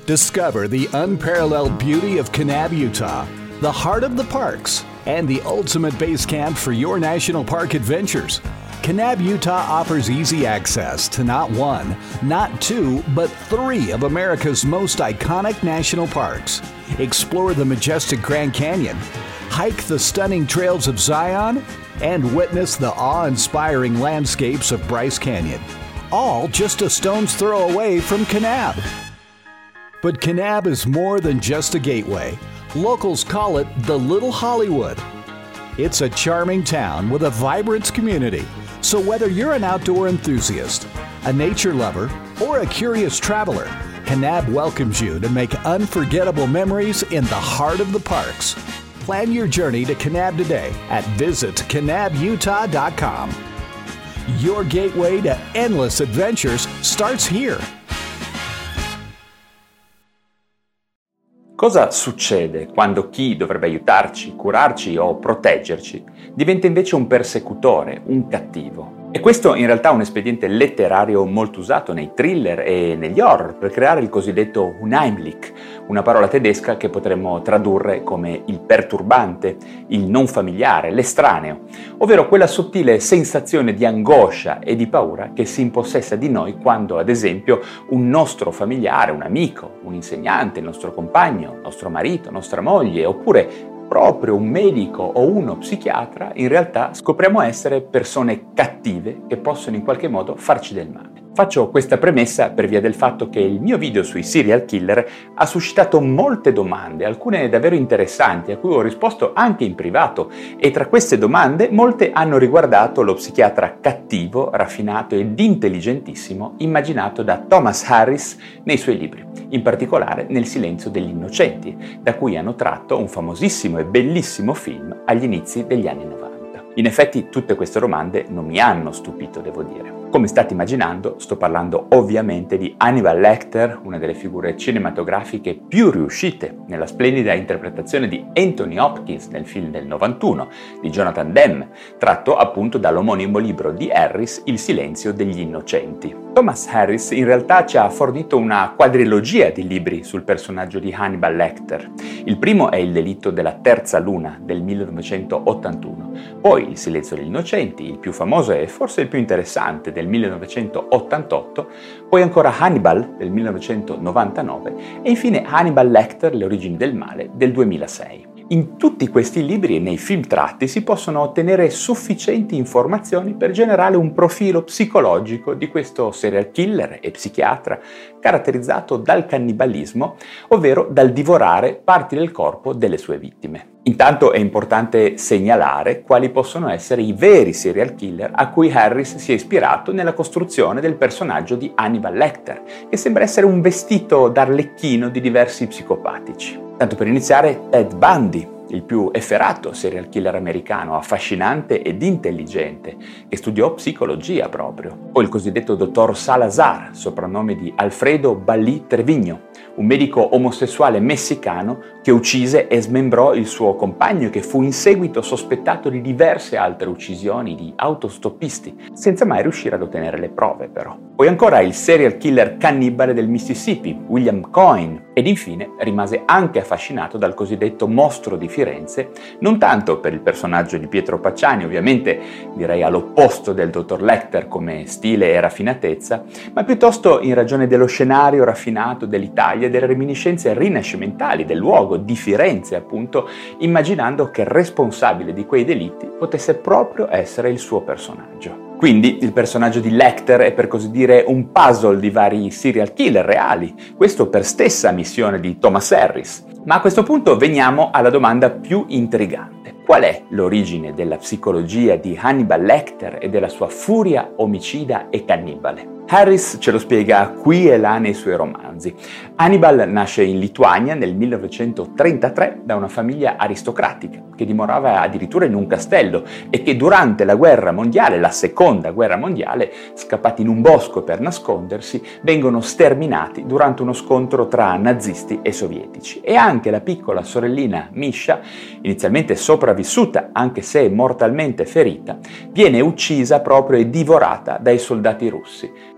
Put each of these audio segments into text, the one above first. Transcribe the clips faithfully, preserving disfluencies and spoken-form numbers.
Discover the unparalleled beauty of Kanab, Utah, the heart of the parks, and the ultimate base camp for your national park adventures. Kanab, Utah offers easy access to not one, not two, but three of America's most iconic national parks. Explore the majestic Grand Canyon, hike the stunning trails of Zion, and witness the awe-inspiring landscapes of Bryce Canyon. All just a stone's throw away from Kanab. But Kanab is more than just a gateway. Locals call it the Little Hollywood. It's a charming town with a vibrant community. So whether you're an outdoor enthusiast, a nature lover, or a curious traveler, Kanab welcomes you to make unforgettable memories in the heart of the parks. Plan your journey to Kanab today at visit kanab utah dot com. Your gateway to endless adventures starts here. Cosa succede quando chi dovrebbe aiutarci, curarci o proteggerci diventa invece un persecutore, un cattivo? E questo in realtà è un espediente letterario molto usato nei thriller e negli horror per creare il cosiddetto Unheimlich, una parola tedesca che potremmo tradurre come il perturbante, il non familiare, l'estraneo, ovvero quella sottile sensazione di angoscia e di paura che si impossessa di noi quando, ad esempio, un nostro familiare, un amico, un insegnante, il nostro compagno, il nostro marito, nostra moglie, oppure proprio un medico o uno psichiatra, in realtà scopriamo essere persone cattive che possono in qualche modo farci del male. Faccio questa premessa per via del fatto che il mio video sui serial killer ha suscitato molte domande, alcune davvero interessanti, a cui ho risposto anche in privato, e tra queste domande molte hanno riguardato lo psichiatra cattivo, raffinato ed intelligentissimo immaginato da Thomas Harris nei suoi libri, in particolare nel Silenzio degli Innocenti, da cui hanno tratto un famosissimo e bellissimo film agli inizi degli anni novanta. In effetti tutte queste domande non mi hanno stupito, devo dire. Come state immaginando, sto parlando ovviamente di Hannibal Lecter, una delle figure cinematografiche più riuscite nella splendida interpretazione di Anthony Hopkins nel film del novantuno di Jonathan Demme, tratto appunto dall'omonimo libro di Harris Il Silenzio degli Innocenti. Thomas Harris in realtà ci ha fornito una quadrilogia di libri sul personaggio di Hannibal Lecter. Il primo è Il delitto della terza luna del millenovecentottantuno, poi Il Silenzio degli Innocenti, il più famoso e forse il più interessante del millenovecentottantotto, poi ancora Hannibal del millenovecentonovantanove e infine Hannibal Lecter, Le origini del male del duemilasei. In tutti questi libri e nei film tratti si possono ottenere sufficienti informazioni per generare un profilo psicologico di questo serial killer e psichiatra caratterizzato dal cannibalismo, ovvero dal divorare parti del corpo delle sue vittime. Intanto è importante segnalare quali possono essere i veri serial killer a cui Harris si è ispirato nella costruzione del personaggio di Hannibal Lecter, che sembra essere un vestito d'arlecchino di diversi psicopatici. Tanto per iniziare, Ted Bundy, il più efferato serial killer americano, affascinante ed intelligente, che studiò psicologia proprio. Poi il cosiddetto dottor Salazar, soprannome di Alfredo Ballí Trevigno, un medico omosessuale messicano che uccise e smembrò il suo compagno, che fu in seguito sospettato di diverse altre uccisioni di autostoppisti, senza mai riuscire ad ottenere le prove però. Poi ancora il serial killer cannibale del Mississippi, William Coyne, ed infine rimase anche affascinato dal cosiddetto mostro di Firenze, non tanto per il personaggio di Pietro Pacciani, ovviamente direi all'opposto del dottor Lecter come stile e raffinatezza, ma piuttosto in ragione dello scenario raffinato dell'Italia e delle reminiscenze rinascimentali del luogo di Firenze, appunto, immaginando che il responsabile di quei delitti potesse proprio essere il suo personaggio. Quindi il personaggio di Lecter è per così dire un puzzle di vari serial killer reali, questo per stessa missione di Thomas Harris. Ma a questo punto veniamo alla domanda più intrigante. Qual è l'origine della psicologia di Hannibal Lecter e della sua furia omicida e cannibale? Harris ce lo spiega qui e là nei suoi romanzi. Hannibal nasce in Lituania nel millenovecentotrentatré da una famiglia aristocratica che dimorava addirittura in un castello e che durante la guerra mondiale, la seconda guerra mondiale, scappati in un bosco per nascondersi, vengono sterminati durante uno scontro tra nazisti e sovietici. E anche la piccola sorellina Misha, inizialmente sopravvissuta anche se mortalmente ferita, viene uccisa proprio e divorata dai soldati russi.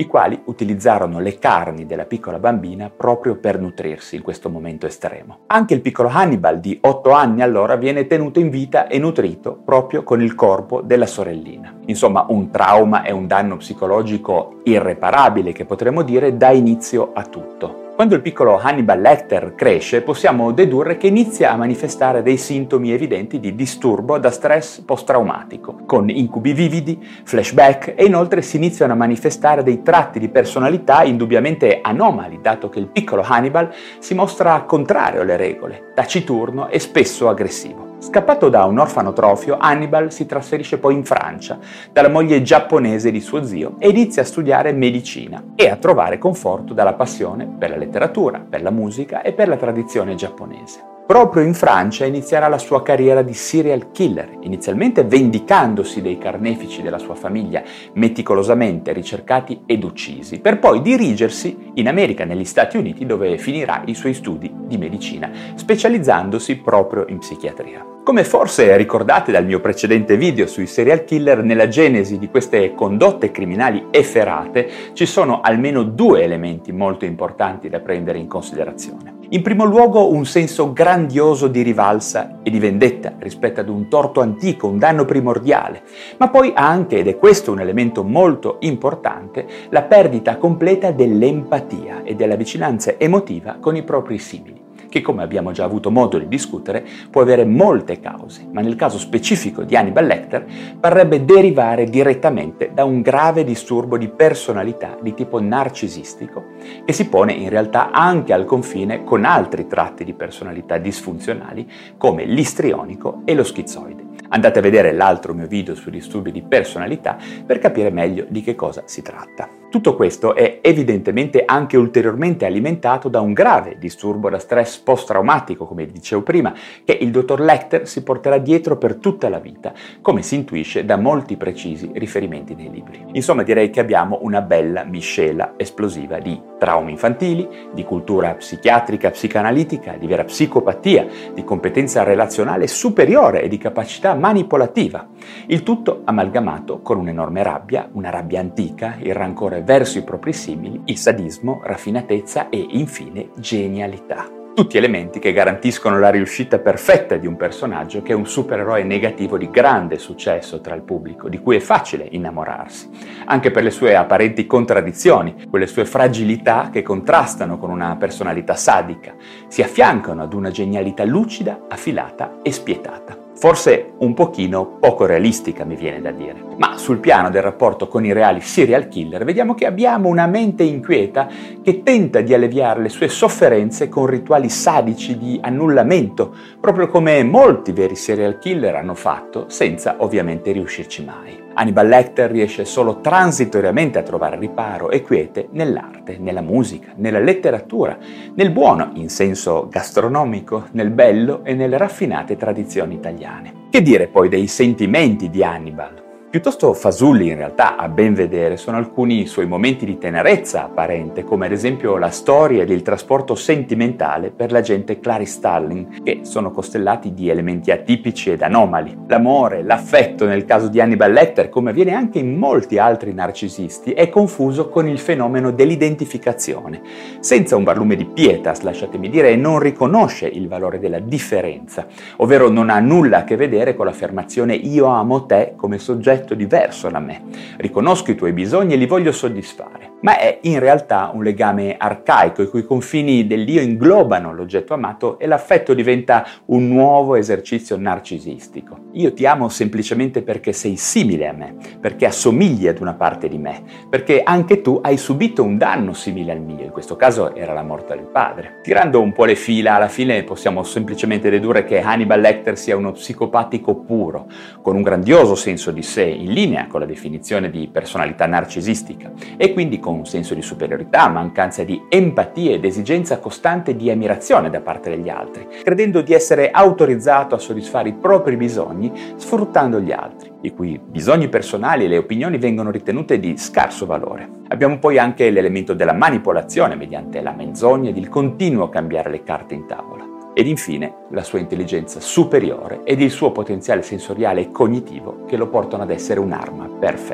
i quali utilizzarono le carni della piccola bambina proprio per nutrirsi in questo momento estremo. Anche il piccolo Hannibal di otto anni allora viene tenuto in vita e nutrito proprio con il corpo della sorellina. Insomma, un trauma e un danno psicologico irreparabile che potremmo dire dà inizio a tutto. Quando il piccolo Hannibal Lecter cresce, possiamo dedurre che inizia a manifestare dei sintomi evidenti di disturbo da stress post-traumatico, con incubi vividi, flashback e inoltre si iniziano a manifestare dei tratti di personalità indubbiamente anomali, dato che il piccolo Hannibal si mostra contrario alle regole, taciturno e spesso aggressivo. Scappato da un orfanotrofio, Hannibal si trasferisce poi in Francia, dalla moglie giapponese di suo zio, e inizia a studiare medicina e a trovare conforto dalla passione per la letteratura, per la musica e per la tradizione giapponese. Proprio in Francia inizierà la sua carriera di serial killer, inizialmente vendicandosi dei carnefici della sua famiglia, meticolosamente ricercati ed uccisi, per poi dirigersi in America, negli Stati Uniti, dove finirà i suoi studi di medicina, specializzandosi proprio in psichiatria. Come forse ricordate dal mio precedente video sui serial killer, nella genesi di queste condotte criminali efferate ci sono almeno due elementi molto importanti da prendere in considerazione. In primo luogo, un senso grandioso di rivalsa e di vendetta rispetto ad un torto antico, un danno primordiale, ma poi anche, ed è questo un elemento molto importante, la perdita completa dell'empatia e della vicinanza emotiva con i propri simili, che, come abbiamo già avuto modo di discutere, può avere molte cause, ma nel caso specifico di Hannibal Lecter parrebbe derivare direttamente da un grave disturbo di personalità di tipo narcisistico, che si pone in realtà anche al confine con altri tratti di personalità disfunzionali come l'istrionico e lo schizoide. Andate a vedere l'altro mio video sui disturbi di personalità per capire meglio di che cosa si tratta. Tutto questo è evidentemente anche ulteriormente alimentato da un grave disturbo da stress post-traumatico, come dicevo prima, che il dottor Lecter si porterà dietro per tutta la vita, come si intuisce da molti precisi riferimenti nei libri. Insomma, direi che abbiamo una bella miscela esplosiva di traumi infantili, di cultura psichiatrica, psicanalitica, di vera psicopatia, di competenza relazionale superiore e di capacità manipolativa. Il tutto amalgamato con un'enorme rabbia, una rabbia antica, il rancore verso i propri simili, il sadismo, raffinatezza e infine genialità. Tutti elementi che garantiscono la riuscita perfetta di un personaggio che è un supereroe negativo di grande successo tra il pubblico, di cui è facile innamorarsi, anche per le sue apparenti contraddizioni, quelle sue fragilità che contrastano con una personalità sadica, si affiancano ad una genialità lucida, affilata e spietata. Forse un pochino poco realistica, mi viene da dire. Ma sul piano del rapporto con i reali serial killer vediamo che abbiamo una mente inquieta che tenta di alleviare le sue sofferenze con rituali sadici di annullamento, proprio come molti veri serial killer hanno fatto, senza ovviamente riuscirci mai. Hannibal Lecter riesce solo transitoriamente a trovare riparo e quiete nell'arte, nella musica, nella letteratura, nel buono in senso gastronomico, nel bello e nelle raffinate tradizioni italiane. Che dire poi dei sentimenti di Hannibal? Piuttosto fasulli in realtà, a ben vedere, sono alcuni suoi momenti di tenerezza apparente, come ad esempio la storia ed il trasporto sentimentale per l'agente Clarice Starling, che sono costellati di elementi atipici ed anomali. L'amore, l'affetto nel caso di Hannibal Lecter, come avviene anche in molti altri narcisisti, è confuso con il fenomeno dell'identificazione. Senza un barlume di pietas, lasciatemi dire, non riconosce il valore della differenza, ovvero non ha nulla a che vedere con l'affermazione io amo te come soggetto diverso da me, riconosco i tuoi bisogni e li voglio soddisfare, ma è in realtà un legame arcaico i cui confini dell'io inglobano l'oggetto amato e l'affetto diventa un nuovo esercizio narcisistico. Io ti amo semplicemente perché sei simile a me, perché assomigli ad una parte di me, perché anche tu hai subito un danno simile al mio, in questo caso era la morte del padre. Tirando un po' le fila, alla fine possiamo semplicemente dedurre che Hannibal Lecter sia uno psicopatico puro, con un grandioso senso di sé, in linea con la definizione di personalità narcisistica, e quindi con un senso di superiorità, mancanza di empatia ed esigenza costante di ammirazione da parte degli altri, credendo di essere autorizzato a soddisfare i propri bisogni sfruttando gli altri, i cui bisogni personali e le opinioni vengono ritenute di scarso valore. Abbiamo poi anche l'elemento della manipolazione mediante la menzogna ed il continuo cambiare le carte in tavola. Ed infine la sua intelligenza superiore ed il suo potenziale sensoriale e cognitivo che lo portano ad essere un'arma perfetta.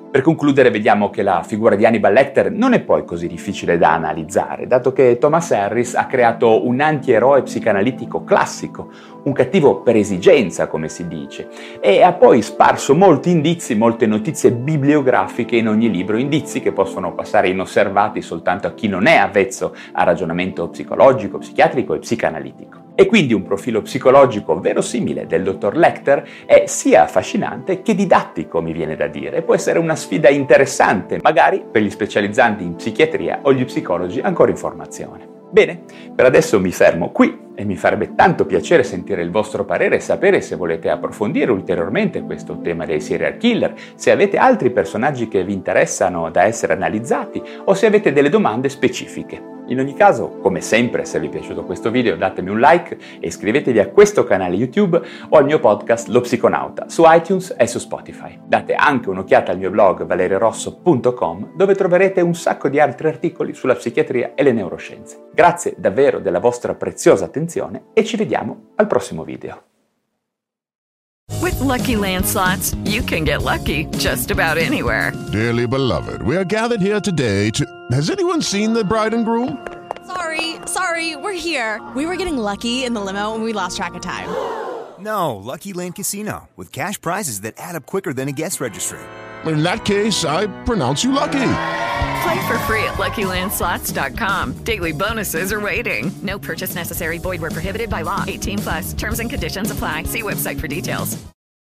Per concludere, vediamo che la figura di Hannibal Lecter non è poi così difficile da analizzare, dato che Thomas Harris ha creato un antieroe psicanalitico classico, un cattivo per esigenza, come si dice, e ha poi sparso molti indizi, molte notizie bibliografiche in ogni libro, indizi che possono passare inosservati soltanto a chi non è avvezzo a ragionamento psicologico, psichiatrico e psicanalitico. E quindi un profilo psicologico verosimile del dottor Lecter è sia affascinante che didattico, mi viene da dire. Può essere una sfida interessante, magari per gli specializzanti in psichiatria o gli psicologi ancora in formazione. Bene, per adesso mi fermo qui e mi farebbe tanto piacere sentire il vostro parere e sapere se volete approfondire ulteriormente questo tema dei serial killer, se avete altri personaggi che vi interessano da essere analizzati o se avete delle domande specifiche. In ogni caso, come sempre, se vi è piaciuto questo video datemi un like e iscrivetevi a questo canale YouTube o al mio podcast Lo Psiconauta su iTunes e su Spotify. Date anche un'occhiata al mio blog valeriorosso punto com dove troverete un sacco di altri articoli sulla psichiatria e le neuroscienze. Grazie davvero della vostra preziosa attenzione e ci vediamo al prossimo video. With Lucky Land Slots, you can get lucky just about anywhere. Dearly beloved, we are gathered here today to... Has anyone seen the bride and groom? Sorry, sorry, we're here. We were getting lucky in the limo and we lost track of time. No, Lucky Land Casino, with cash prizes that add up quicker than a guest registry. In that case, I pronounce you lucky. Play for free at lucky land slots dot com. Daily bonuses are waiting. No purchase necessary. Void where prohibited by law. eighteen plus. Terms and conditions apply. See website for details.